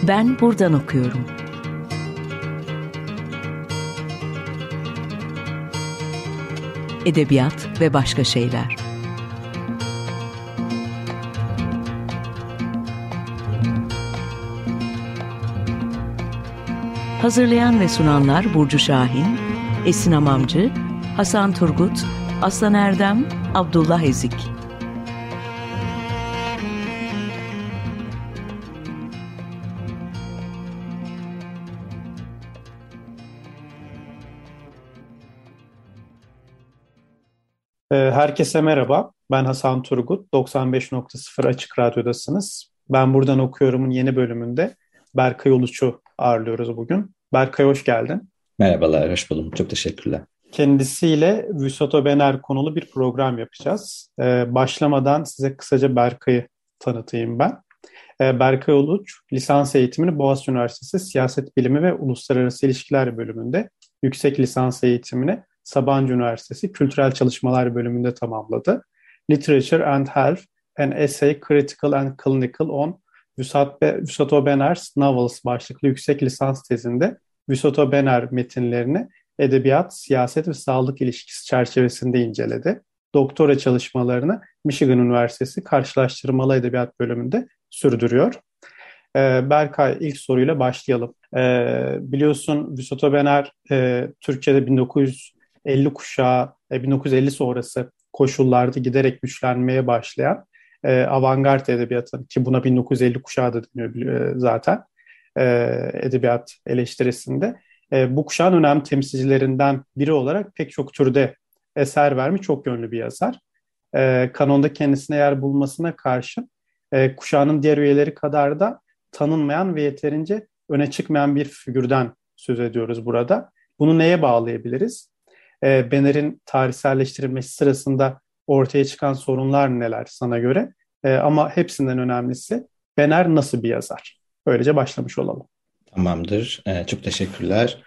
Ben buradan okuyorum. Edebiyat ve başka şeyler. Hazırlayan ve sunanlar Burcu Şahin, Esin Amamcı, Hasan Turgut, Aslan Erdem, Abdullah Ezik. Herkese merhaba. Ben Hasan Turgut. 95.0 Açık Radyo'dasınız. Ben buradan okuyorumun yeni bölümünde Berkay Uluç'u ağırlıyoruz bugün. Berkay hoş geldin. Merhabalar, hoş buldum. Çok teşekkürler. Kendisiyle Vüsat Obener konulu bir program yapacağız. Başlamadan size kısaca Berkay'ı tanıtayım ben. Berkay Uluç, lisans eğitimini Boğaziçi Üniversitesi Siyaset Bilimi ve Uluslararası İlişkiler bölümünde, yüksek lisans eğitimini Sabancı Üniversitesi Kültürel Çalışmalar bölümünde tamamladı. Literature and Health, an Essay Critical and Clinical on Vüsat Obener's Novels başlıklı yüksek lisans tezinde Vüsat Obener metinlerini edebiyat, siyaset ve sağlık ilişkisi çerçevesinde inceledi. Doktora çalışmalarını Michigan Üniversitesi Karşılaştırmalı Edebiyat bölümünde sürdürüyor. Berkay, ilk soruyla başlayalım. Biliyorsun Vüsat Obener Türkiye'de 1950 kuşağı, 1950 sonrası koşullarda giderek güçlenmeye başlayan avantgard edebiyatı, ki buna 1950 kuşağı da deniyor zaten edebiyat eleştirisinde. Bu kuşağın önemli temsilcilerinden biri olarak pek çok türde eser vermiş çok yönlü bir yazar. Kanonda kendisine yer bulmasına karşın kuşağının diğer üyeleri kadar da tanınmayan ve yeterince öne çıkmayan bir figürden söz ediyoruz burada. Bunu neye bağlayabiliriz? Bener'in tarihselleştirilmesi sırasında ortaya çıkan sorunlar neler sana göre? Ama hepsinden önemlisi Bener nasıl bir yazar? Böylece başlamış olalım. Tamamdır. Çok teşekkürler.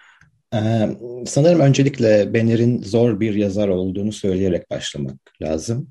Sanırım öncelikle Bener'in zor bir yazar olduğunu söyleyerek başlamak lazım.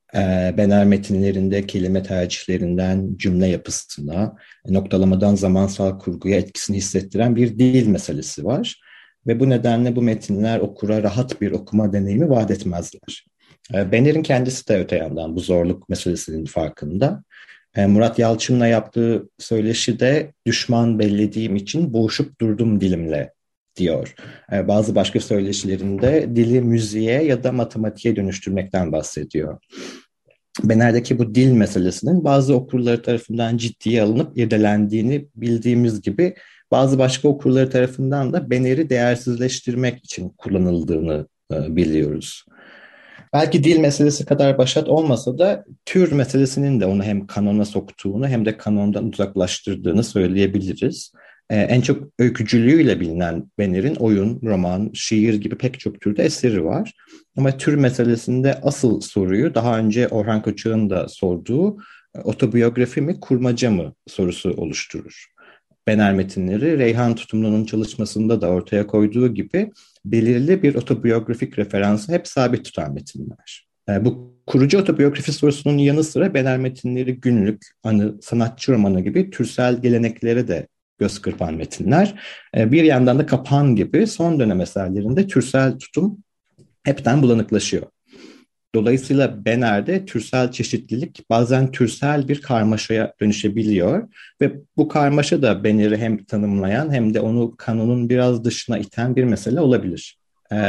Bener metinlerinde kelime tercihlerinden cümle yapısına, noktalamadan zamansal kurguya etkisini hissettiren bir dil meselesi var. Ve bu nedenle bu metinler okura rahat bir okuma deneyimi vaat etmezler. Bener'in kendisi de öte yandan bu zorluk meselesinin farkında. Murat Yalçın'la yaptığı söyleşide düşman bellediğim için boğuşup durdum dilimle diyor. Bazı başka söyleşilerinde dili müziğe ya da matematiğe dönüştürmekten bahsediyor. Bener'deki bu dil meselesinin bazı okurları tarafından ciddiye alınıp irdelendiğini bildiğimiz gibi bazı başka okurları tarafından da Bener'i değersizleştirmek için kullanıldığını biliyoruz. Belki dil meselesi kadar başat olmasa da tür meselesinin de onu hem kanona soktuğunu hem de kanondan uzaklaştırdığını söyleyebiliriz. En çok öykücülüğüyle bilinen Bener'in oyun, roman, şiir gibi pek çok türde eseri var. Ama tür meselesinde asıl soruyu daha önce Orhan Koçak'ın da sorduğu otobiyografi mi, kurmaca mı sorusu oluşturur. Bener metinleri Reyhan Tutumlu'nun çalışmasında da ortaya koyduğu gibi belirli bir otobiyografik referansı hep sabit tutan metinler. Bu kurucu otobiyografi sorusunun yanı sıra Bener metinleri günlük, anı, sanatçı romanı gibi türsel geleneklere de göz kırpan metinler. Bir yandan da Kapan gibi son dönem eserlerinde türsel tutum hepten bulanıklaşıyor. Dolayısıyla Bener'de türsel çeşitlilik bazen türsel bir karmaşaya dönüşebiliyor ve bu karmaşa da Bener'i hem tanımlayan hem de onu kanonun biraz dışına iten bir mesele olabilir.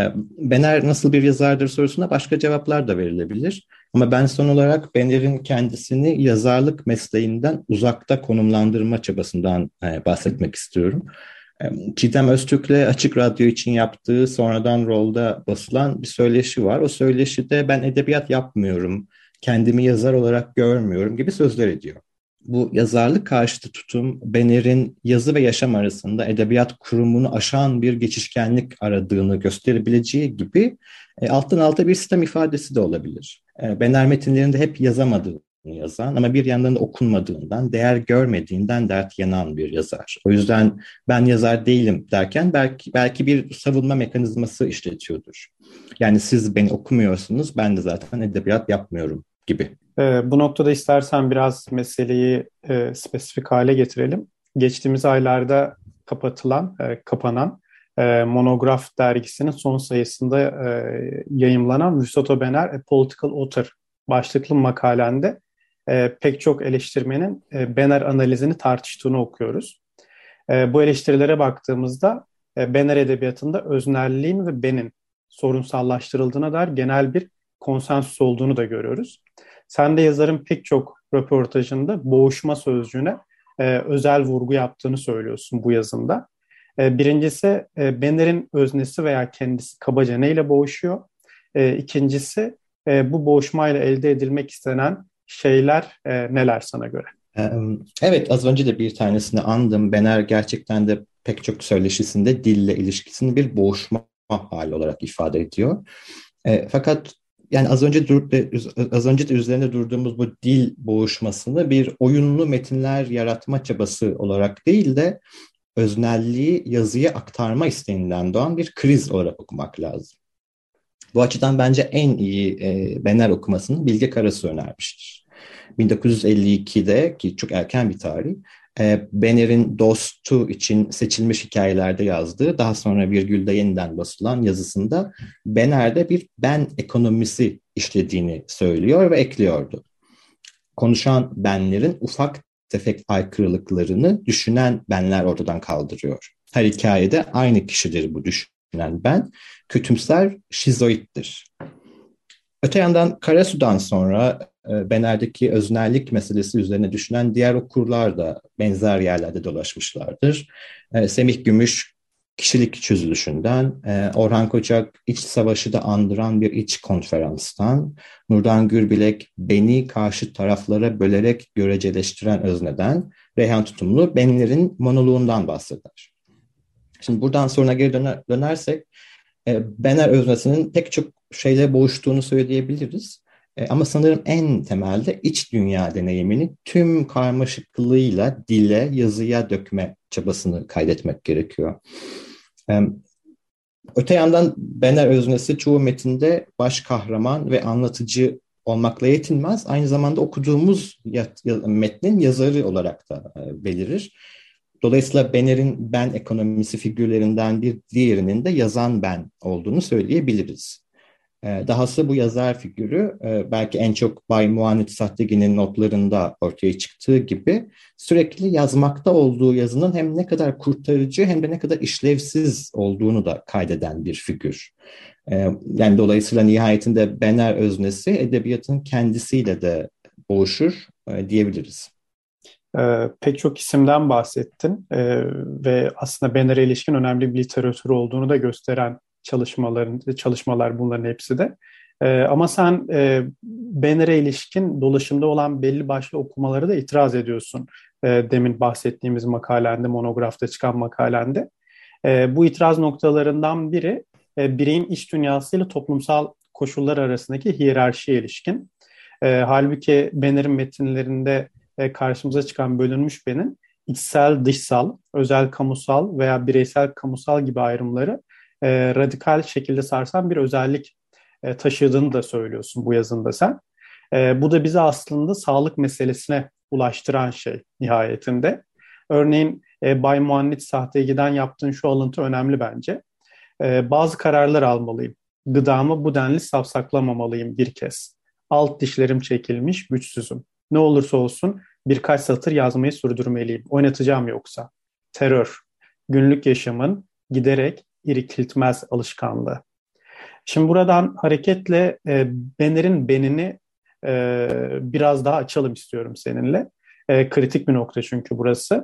Bener nasıl bir yazardır sorusuna başka cevaplar da verilebilir. Ama ben son olarak Bener'in kendisini yazarlık mesleğinden uzakta konumlandırma çabasından bahsetmek istiyorum. Çiğdem Öztürk'le Açık Radyo için yaptığı sonradan Roll'da basılan bir söyleşi var. O söyleşide ben edebiyat yapmıyorum, kendimi yazar olarak görmüyorum gibi sözler ediyor. Bu yazarlık karşıtı tutum Bener'in yazı ve yaşam arasında edebiyat kurumunu aşan bir geçişkenlik aradığını gösterebileceği gibi alttan alta bir sistem ifadesi de olabilir. Bener metinlerinde hep yazamadığı yazan ama bir yandan da okunmadığından, değer görmediğinden dert yanan bir yazar. O yüzden ben yazar değilim derken belki bir savunma mekanizması işletiyordur. Yani siz beni okumuyorsunuz, ben de zaten edebiyat yapmıyorum gibi. Bu noktada istersen biraz meseleyi spesifik hale getirelim. geçtiğimiz aylarda kapanan Monograf dergisinin son sayısında yayımlanan Vüsato Bener A Political Author başlıklı makalende pek çok eleştirmenin Bener analizini tartıştığını okuyoruz. Bu eleştirilere baktığımızda Bener edebiyatında öznelliğin ve benin sorunsallaştırıldığına dair genel bir konsensüs olduğunu da görüyoruz. Sen de yazarın pek çok röportajında boğuşma sözcüğüne özel vurgu yaptığını söylüyorsun bu yazında. Birincisi Bener'in öznesi veya kendisi kabaca neyle boğuşuyor? İkincisi bu boğuşmayla elde edilmek istenen şeyler neler sana göre? Evet, az önce de bir tanesini andım. Bener gerçekten de pek çok söyleşisinde dille ilişkisini bir boğuşma hali olarak ifade ediyor. Fakat yani az önce de üzerinde durduğumuz bu dil boğuşmasını bir oyunlu metinler yaratma çabası olarak değil de öznelliği yazıya aktarma isteğinden doğan bir kriz olarak okumak lazım. Bu açıdan bence en iyi Bener okumasını Bilge Karasu önermiştir. 1952'de, ki çok erken bir tarih, Bener'in Dostu için seçilmiş hikayelerde yazdığı, daha sonra virgülde yeniden basılan yazısında Bener'de bir ben ekonomisi işlediğini söylüyor ve ekliyordu. Konuşan benlerin ufak tefek aykırılıklarını düşünen benler ortadan kaldırıyor. Her hikayede aynı kişidir bu düşünen ben. Kötümser, şizoittir. Öte yandan Karasu'dan sonra Bener'deki öznellik meselesi üzerine düşünen diğer okurlar da benzer yerlerde dolaşmışlardır. Semih Gümüş kişilik çözülüşünden, Orhan Koçak iç savaşı da andıran bir iç konferanstan, Nurdan Gürbilek beni karşı taraflara bölerek göreceleştiren özneden, Reyhan Tutumlu benlerin monoloğundan bahseder. Şimdi buradan sonra geri dönersek Bener öznesinin pek çok şeyle boğuştuğunu söyleyebiliriz. Ama sanırım en temelde iç dünya deneyimini tüm karmaşıklığıyla dile, yazıya dökme çabasını kaydetmek gerekiyor. Öte yandan Bener öznesi çoğu metinde baş kahraman ve anlatıcı olmakla yetinmez. Aynı zamanda okuduğumuz metnin yazarı olarak da belirir. Dolayısıyla Bener'in ben ekonomisi figürlerinden bir diğerinin de yazan ben olduğunu söyleyebiliriz. Dahası bu yazar figürü belki en çok Bay Muannit Sahtegi'nin notlarında ortaya çıktığı gibi sürekli yazmakta olduğu yazının hem ne kadar kurtarıcı hem de ne kadar işlevsiz olduğunu da kaydeden bir figür. Yani dolayısıyla nihayetinde Bener öznesi edebiyatın kendisiyle de boğuşur diyebiliriz. Pek çok isimden bahsettin ve aslında Bener'e ilişkin önemli bir literatür olduğunu da gösteren çalışmalar bunların hepsi de. Ama sen Bener'e ilişkin dolaşımda olan belli başlı okumaları da itiraz ediyorsun. Demin bahsettiğimiz makalende, monografta çıkan makalende. Bu itiraz noktalarından biri bireyin iç dünyasıyla toplumsal koşullar arasındaki hiyerarşiye ilişkin. Halbuki Bener'in metinlerinde karşımıza çıkan bölünmüş benin içsel, dışsal, özel, kamusal veya bireysel, kamusal gibi ayrımları radikal şekilde sarsan bir özellik taşıdığını da söylüyorsun bu yazında sen. Bu da bizi aslında sağlık meselesine ulaştıran şey nihayetinde. Örneğin Bay Muannit Sahtegi'den yaptığın şu alıntı önemli bence. Bazı kararlar almalıyım. Gıdamı bu denli safsaklamamalıyım bir kez. Alt dişlerim çekilmiş, güçsüzüm. Ne olursa olsun birkaç satır yazmayı sürdürmeliyim. Oynatacağım yoksa. Terör, günlük yaşamın giderek irkiltmez alışkanlığı. Şimdi buradan hareketle Bener'in benini biraz daha açalım istiyorum seninle. Kritik bir nokta çünkü burası.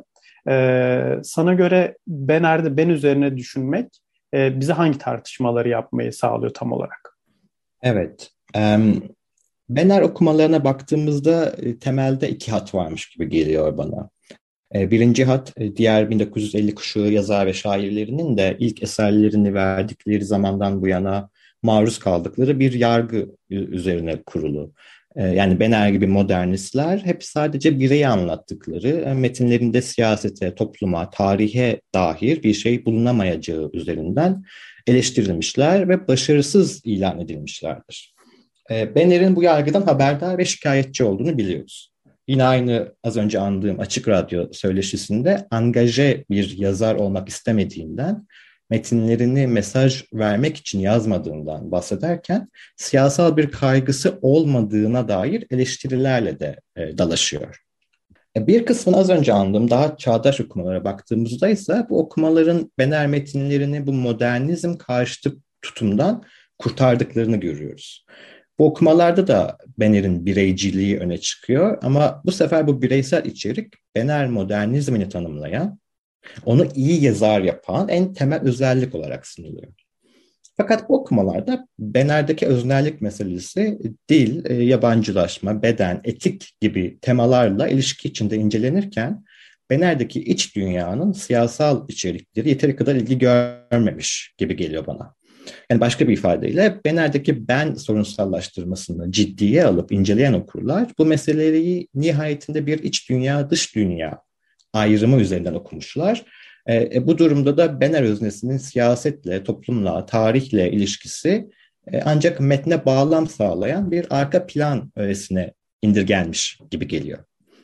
Sana göre Bener'de ben üzerine düşünmek bize hangi tartışmaları yapmayı sağlıyor tam olarak? Evet. Bener okumalarına baktığımızda temelde iki hat varmış gibi geliyor bana. Birinci hat, diğer 1950 kuşağı yazar ve şairlerinin de ilk eserlerini verdikleri zamandan bu yana maruz kaldıkları bir yargı üzerine kurulu. Yani Bener gibi modernistler hep sadece bireyi anlattıkları, metinlerinde siyasete, topluma, tarihe dair bir şey bulunamayacağı üzerinden eleştirilmişler ve başarısız ilan edilmişlerdir. Bener'in bu yargıdan haberdar ve şikayetçi olduğunu biliyoruz. yine aynı az önce andığım Açık Radyo söyleşisinde angaje bir yazar olmak istemediğinden, metinlerini mesaj vermek için yazmadığından bahsederken siyasal bir kaygısı olmadığına dair eleştirilerle de dalaşıyor. Bir kısmını az önce andığım daha çağdaş okumalara baktığımızda ise bu okumaların Bener metinlerini bu modernizm karşıtı tutumdan kurtardıklarını görüyoruz. Bu okumalarda da Bener'in bireyciliği öne çıkıyor ama bu sefer bu bireysel içerik Bener modernizmini tanımlayan, onu iyi yazar yapan en temel özellik olarak sunuluyor. Fakat bu okumalarda Bener'deki öznellik meselesi dil, yabancılaşma, beden, etik gibi temalarla ilişki içinde incelenirken Bener'deki iç dünyanın siyasal içerikleri yeteri kadar ilgi görmemiş gibi geliyor bana. Yani başka bir ifadeyle Bener'deki ben sorunsallaştırmasını ciddiye alıp inceleyen okurlar bu meseleyi nihayetinde bir iç dünya, dış dünya ayrımı üzerinden okumuşlar. Bu durumda da Bener öznesinin siyasetle, toplumla, tarihle ilişkisi ancak metne bağlam sağlayan bir arka plan öğesine indirgenmiş gibi geliyor.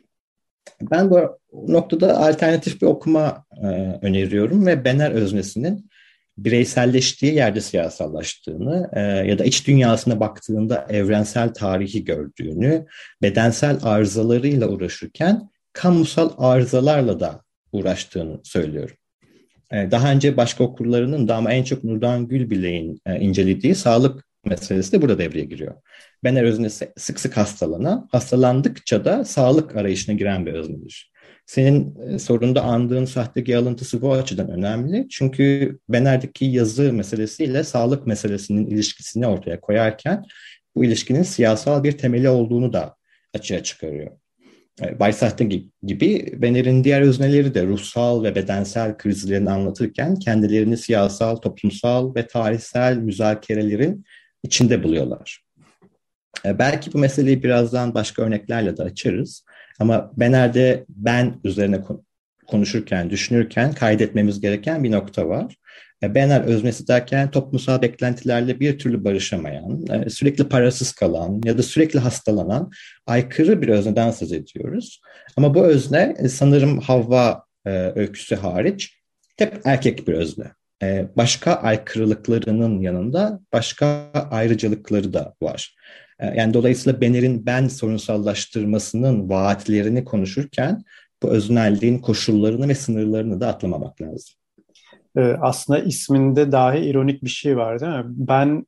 Ben bu noktada alternatif bir okuma öneriyorum ve Bener öznesinin bireyselleştiği yerde siyasallaştığını ya da iç dünyasına baktığında evrensel tarihi gördüğünü, bedensel arızalarıyla uğraşırken kamusal arızalarla da uğraştığını söylüyorum. Daha önce başka okurlarının da ama en çok Nurdan Gülbilek'in incelediği sağlık meselesi de burada devreye giriyor. Bener öznesi sık sık hastalandıkça da sağlık arayışına giren bir öznedir. Senin sorunda andığın sahte alıntısı bu açıdan önemli. Çünkü Bener'deki yazı meselesiyle sağlık meselesinin ilişkisini ortaya koyarken bu ilişkinin siyasal bir temeli olduğunu da açığa çıkarıyor. Bay Sahte gibi Bener'in diğer özneleri de ruhsal ve bedensel krizlerini anlatırken kendilerini siyasal, toplumsal ve tarihsel müzakerelerin içinde buluyorlar. Belki bu meseleyi birazdan başka örneklerle de açarız. Ama Bener'de ben üzerine konuşurken, düşünürken kaydetmemiz gereken bir nokta var. Bener öznesi derken toplumsal beklentilerle bir türlü barışamayan, sürekli parasız kalan ya da sürekli hastalanan aykırı bir özneden söz ediyoruz. Ama bu özne sanırım Havva öyküsü hariç hep erkek bir özne. Başka aykırılıklarının yanında başka ayrıcalıkları da var. Yani dolayısıyla Bener'in ben sorunsallaştırmasının vaatlerini konuşurken bu öznelliğin koşullarını ve sınırlarını da atlamamak lazım. Aslında isminde dahi ironik bir şey var değil mi? Ben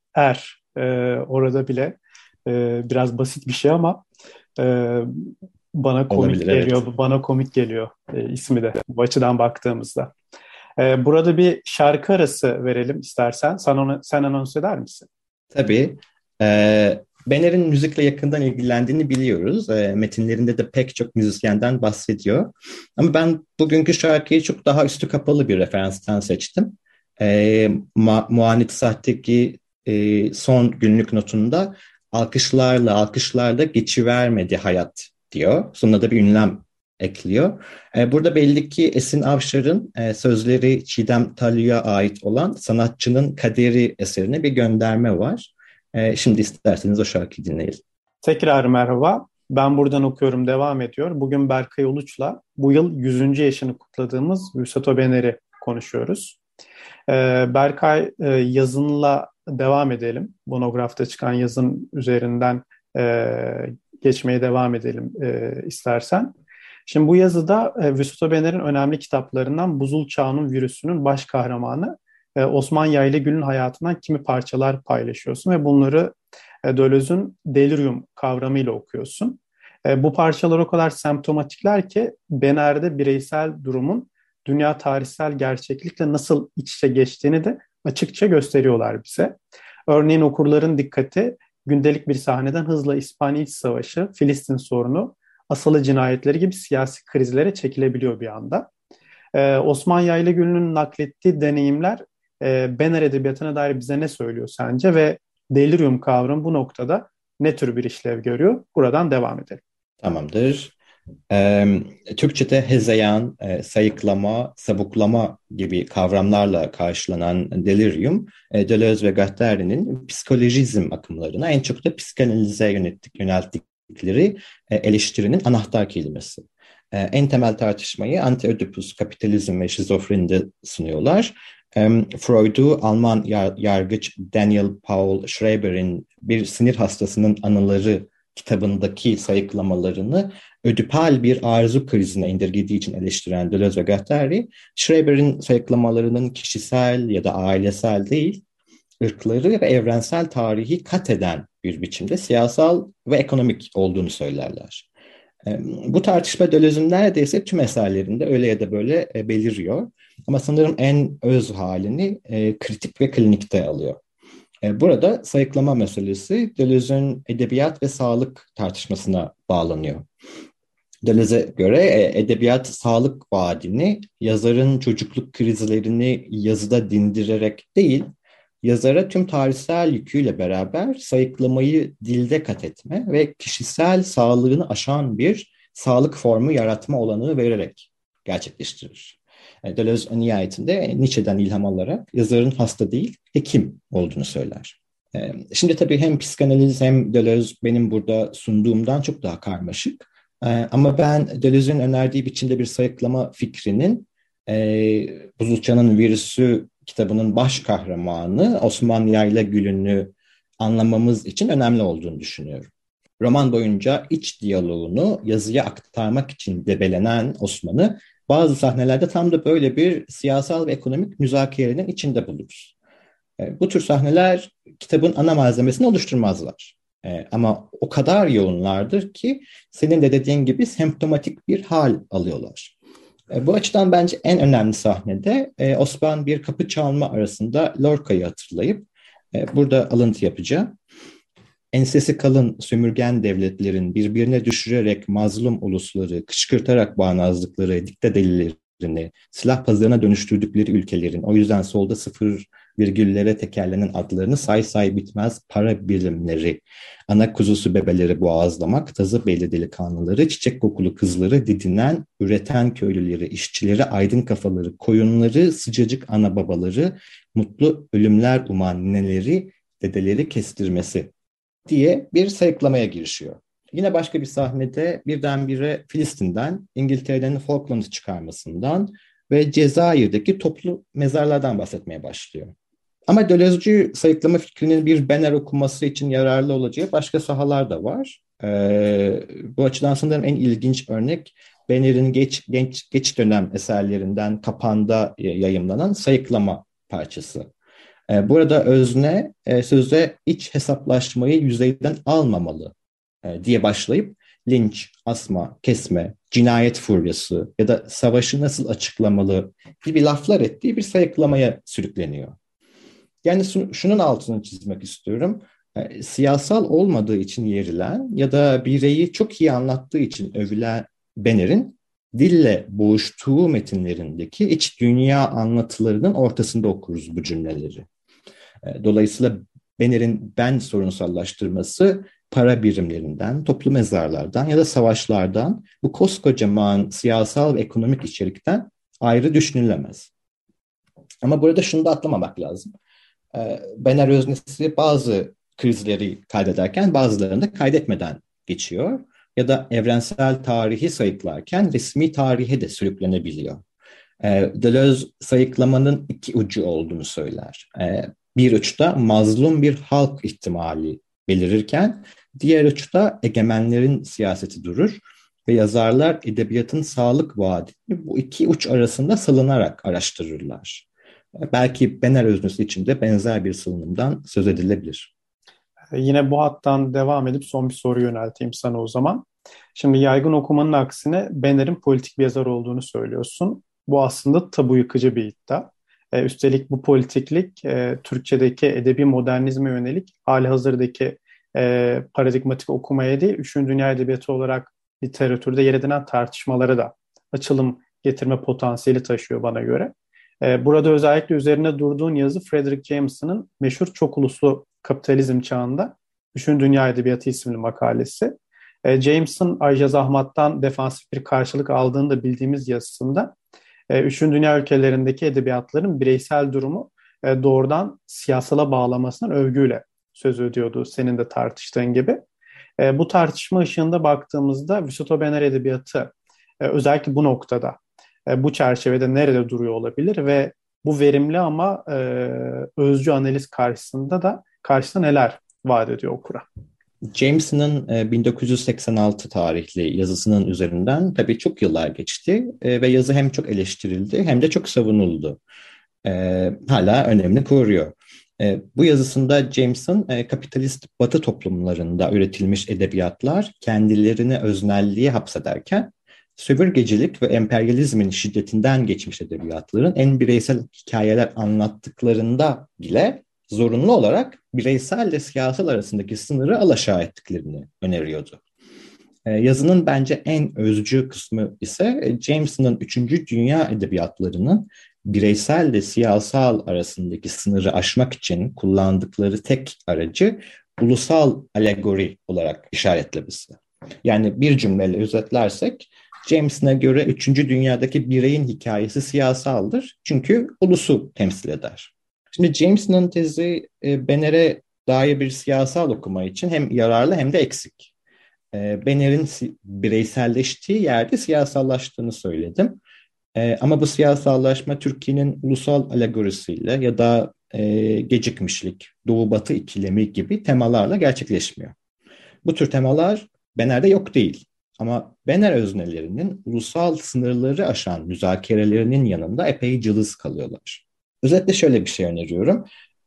orada bile biraz basit bir şey ama bana komik Olabilir, geliyor. evet. Bana komik geliyor ismi de bu açıdan baktığımızda. Burada bir şarkı arası verelim istersen. Sen anons eder misin? Tabii. Bener'in müzikle yakından ilgilendiğini biliyoruz. Metinlerinde de pek çok müzisyenden bahsediyor. Ama ben bugünkü şarkıyı çok daha üstü kapalı bir referanstan seçtim. Muanit Sahteki son günlük notunda alkışlarda geçivermedi hayat diyor. Sonuna da bir ünlem ekliyor. Burada belli ki Esin Avşar'ın sözleri Çiğdem Tallu'ya ait olan Sanatçının Kaderi eserine bir gönderme var. Şimdi isterseniz o şarkıyı dinleyelim. Tekrar merhaba. Ben buradan okuyorum devam ediyor. Bugün Berkay Uluç'la bu yıl 100. yaşını kutladığımız Vüsato Bener'i konuşuyoruz. Berkay, yazınla devam edelim. Monograf'ta çıkan yazın üzerinden geçmeye devam edelim istersen. Şimdi bu yazıda Vüsato Bener'in önemli kitaplarından Buzul Çağının Virüsü'nün baş kahramanı Osman Yaylıgül'ün hayatından kimi parçalar paylaşıyorsun ve bunları Deleuze'ün delirium kavramıyla okuyorsun. Bu parçalar o kadar semptomatikler ki Bener'de bireysel durumun dünya tarihsel gerçeklikle nasıl iç içe geçtiğini de açıkça gösteriyorlar bize. Örneğin okurların dikkati gündelik bir sahneden hızla İspanya İç Savaşı, Filistin sorunu, Asalı cinayetleri gibi siyasi krizlere çekilebiliyor bir anda. Osman Yaylıgül'ün naklettiği deneyimler Bener edebiyatına dair bize ne söylüyor sence ve delirium kavramı bu noktada ne tür bir işlev görüyor? Buradan devam edelim. Tamamdır. Türkçe'de hezeyan, sayıklama, sabuklama gibi kavramlarla karşılanan delirium, Deleuze ve Guattari'nin psikolojizm akımlarına en çok da psikanalize yönelttikleri ettikleri eleştirinin anahtar kelimesi. En temel tartışmayı Anti-Ödipus, kapitalizm ve şizofrenide sunuyorlar. Freud'u Alman yargıç Daniel Paul Schreber'in Bir Sinir Hastasının Anıları kitabındaki sayıklamalarını ödipal bir arzu krizine indirgediği için eleştiren Deleuze ve Guattari, Schreber'in sayıklamalarının kişisel ya da ailesel değil, ırkları ve evrensel tarihi kat eden bir biçimde siyasal ve ekonomik olduğunu söylerler. Bu tartışma Deleuze'ün neredeyse tüm eserlerinde öyle ya da böyle beliriyor. Ama sanırım en öz halini kritik ve klinikte alıyor. Burada sayıklama meselesi Deleuze'ün edebiyat ve sağlık tartışmasına bağlanıyor. Deleuze'e göre edebiyat sağlık vaadini yazarın çocukluk krizlerini yazıda dindirerek değil, yazara tüm tarihsel yüküyle beraber sayıklamayı dilde kat etme ve kişisel sağlığını aşan bir sağlık formu yaratma olanağı vererek gerçekleştirir. Deleuze nihayetinde Nietzsche'den ilham alarak yazarın hasta değil, hekim olduğunu söyler. Şimdi tabii hem psikanaliz hem Deleuze benim burada sunduğumdan çok daha karmaşık. Ama ben Deleuze'ün önerdiği biçimde bir sayıklama fikrinin Buzulçan'ın Virüsü kitabının baş kahramanı Osman Yaylagül'ünü anlamamız için önemli olduğunu düşünüyorum. Roman boyunca iç diyaloğunu yazıya aktarmak için debelenen Osman'ı bazı sahnelerde tam da böyle bir siyasal ve ekonomik müzakerenin içinde buluruz. Bu tür sahneler kitabın ana malzemesini oluşturmazlar. Ama o kadar yoğunlardır ki senin de dediğin gibi semptomatik bir hal alıyorlar. Bu açıdan bence en önemli sahnede Osman bir kapı çalma arasında Lorca'yı hatırlayıp burada alıntı yapacağım. Ensesi kalın sömürgen devletlerin birbirine düşürerek mazlum ulusları, kışkırtarak bağnazlıkları, diktatörlerini, silah pazarına dönüştürdükleri ülkelerin, o yüzden solda sıfır virgüllere tekerlenen adlarını say bitmez para birimleri, ana kuzusu bebeleri boğazlamak, tazı belli delikanlıları, çiçek kokulu kızları, didinen, üreten köylüleri, işçileri, aydın kafaları, koyunları, sıcacık ana babaları, mutlu ölümler uman neleri, dedeleri kestirmesi diye bir sayıklamaya girişiyor. Yine başka bir sahnede birdenbire Filistin'den, İngiltere'nin Falkland'ı çıkarmasından ve Cezayir'deki toplu mezarlardan bahsetmeye başlıyor. Ama Deleuze'cü sayıklama fikrinin bir Benner okuması için yararlı olacağı başka sahalar da var. Bu açıdan sanırım en ilginç örnek Benner'in geç dönem eserlerinden Kapan'da yayımlanan sayıklama parçası. Burada özne söze iç hesaplaşmayı yüzeyden almamalı diye başlayıp linç, asma, kesme, cinayet furyası ya da savaşı nasıl açıklamalı gibi laflar ettiği bir sayıklamaya sürükleniyor. Yani şunun altını çizmek istiyorum. Siyasal olmadığı için yerilen ya da bireyi çok iyi anlattığı için övülen Benner'in dille boğuştuğu metinlerindeki iç dünya anlatılarının ortasında okuruz bu cümleleri. Dolayısıyla Benner'in ben sorunsallaştırması para birimlerinden, toplu mezarlardan ya da savaşlardan bu koskocaman siyasal ve ekonomik içerikten ayrı düşünülemez. Ama burada şunu da atlamamak lazım. Benner öznesi bazı krizleri kaydederken bazılarını da kaydetmeden geçiyor. Ya da evrensel tarihi sayıklarken resmi tarihe de sürüklenebiliyor. Deleuze sayıklamanın iki ucu olduğunu söyler. Bir uçta mazlum bir halk ihtimali belirirken diğer uçta egemenlerin siyaseti durur ve yazarlar edebiyatın sağlık vaadini bu iki uç arasında salınarak araştırırlar. Belki Benner öznesi için de benzer bir salınımdan söz edilebilir. Yine bu hattan devam edip son bir soru yönelteyim sana o zaman. Şimdi yaygın okumanın aksine Benner'in politik bir yazar olduğunu söylüyorsun. Bu aslında tabu yıkıcı bir iddia. Üstelik bu politiklik Türkçedeki edebi modernizme yönelik halihazırdaki paradigmatik okumaya değil, Üçüncü Dünya Edebiyatı olarak literatürde yer edinen tartışmalara da açılım getirme potansiyeli taşıyor bana göre. Burada özellikle üzerine durduğun yazı Frederick Jameson'ın meşhur Çok Uluslu Kapitalizm Çağında Üçüncü Dünya Edebiyatı isimli makalesi. Jameson, Ayca Zahmat'tan defansif bir karşılık aldığını da bildiğimiz yazısında Üçüncü Dünya ülkelerindeki edebiyatların bireysel durumu doğrudan siyasala bağlamasının övgüyle söz ediyordu senin de tartıştığın gibi. Bu tartışma ışığında baktığımızda Vissotto Bener edebiyatı özellikle bu noktada, bu çerçevede nerede duruyor olabilir ve bu verimli ama özcü analiz karşısında neler vaat ediyor okura? Jameson'ın 1986 tarihli yazısının üzerinden tabii çok yıllar geçti ve yazı hem çok eleştirildi hem de çok savunuldu. Hala önemini koruyor. Bu yazısında Jameson kapitalist Batı toplumlarında üretilmiş edebiyatlar kendilerini öznelliğe hapsederken sömürgecilik ve emperyalizmin şiddetinden geçmiş edebiyatların en bireysel hikayeler anlattıklarında bile zorunlu olarak bireyselle siyasal arasındaki sınırı alaşağı ettiklerini öneriyordu. Yazının bence en özcü kısmı ise Jameson'ın 3. Dünya edebiyatlarının bireysel ile siyasal arasındaki sınırı aşmak için kullandıkları tek aracı ulusal alegori olarak işaretlemesi. Yani bir cümleyle özetlersek, Jameson'a göre 3. Dünyadaki bireyin hikayesi siyasaldır çünkü ulusu temsil eder. Şimdi Jameson'ın tezi Bener'e dair bir siyasal okuma için hem yararlı hem de eksik. Bener'in bireyselleştiği yerde siyasallaştığını söyledim. Ama bu siyasallaşma Türkiye'nin ulusal alegorisiyle ya da gecikmişlik, Doğu-Batı ikilemi gibi temalarla gerçekleşmiyor. Bu tür temalar Bener'de yok değil. Ama Bener öznelerinin ulusal sınırları aşan müzakerelerinin yanında epey cılız kalıyorlar. Özetle şöyle bir şey öneriyorum.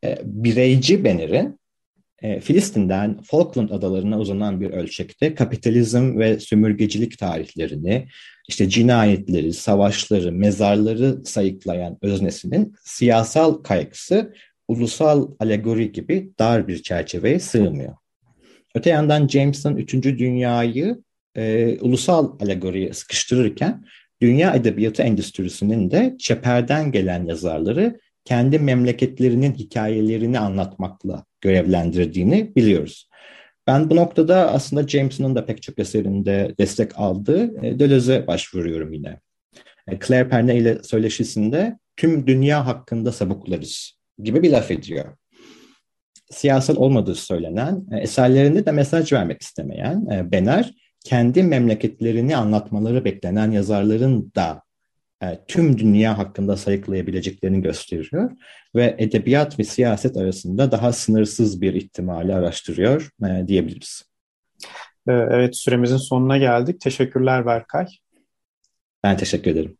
Bireyci Bener'in Filistin'den Falkland adalarına uzanan bir ölçekte kapitalizm ve sömürgecilik tarihlerini, işte cinayetleri, savaşları, mezarları sayıklayan öznesinin siyasal kaygısı ulusal alegori gibi dar bir çerçeveye sığmıyor. Öte yandan Jameson 3. Dünyayı ulusal alegoriye sıkıştırırken dünya edebiyatı endüstrisinin de çeperden gelen yazarları kendi memleketlerinin hikayelerini anlatmakla görevlendirdiğini biliyoruz. Ben bu noktada aslında Jameson'ın da pek çok eserinde destek aldığı Deleuze'e başvuruyorum yine. Claire Pernay ile söyleşisinde tüm dünya hakkında sabuklarız gibi bir laf ediyor. Siyasal olmadığı söylenen, eserlerinde de mesaj vermek istemeyen Bener, kendi memleketlerini anlatmaları beklenen yazarların da tüm dünya hakkında sayıklayabileceklerini gösteriyor ve edebiyat ve siyaset arasında daha sınırsız bir ihtimali araştırıyor diyebiliriz. Evet, süremizin sonuna geldik. Teşekkürler Berkay. Ben teşekkür ederim.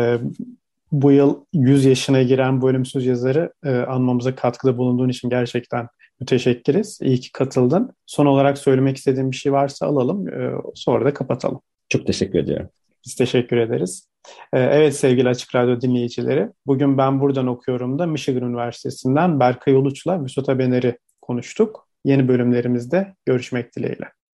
Bu yıl 100 yaşına giren bu ölümsüz yazarı anmamıza katkıda bulunduğun için gerçekten müteşekkiriz. İyi ki katıldın. Son olarak söylemek istediğin bir şey varsa alalım, sonra da kapatalım. Çok teşekkür ediyorum. Biz teşekkür ederiz. Evet sevgili Açık Radyo dinleyicileri, bugün Ben Buradan Okuyorum da Michigan Üniversitesi'nden Berkay Uluç'la Vissotto Bener'i konuştuk. Yeni bölümlerimizde görüşmek dileğiyle.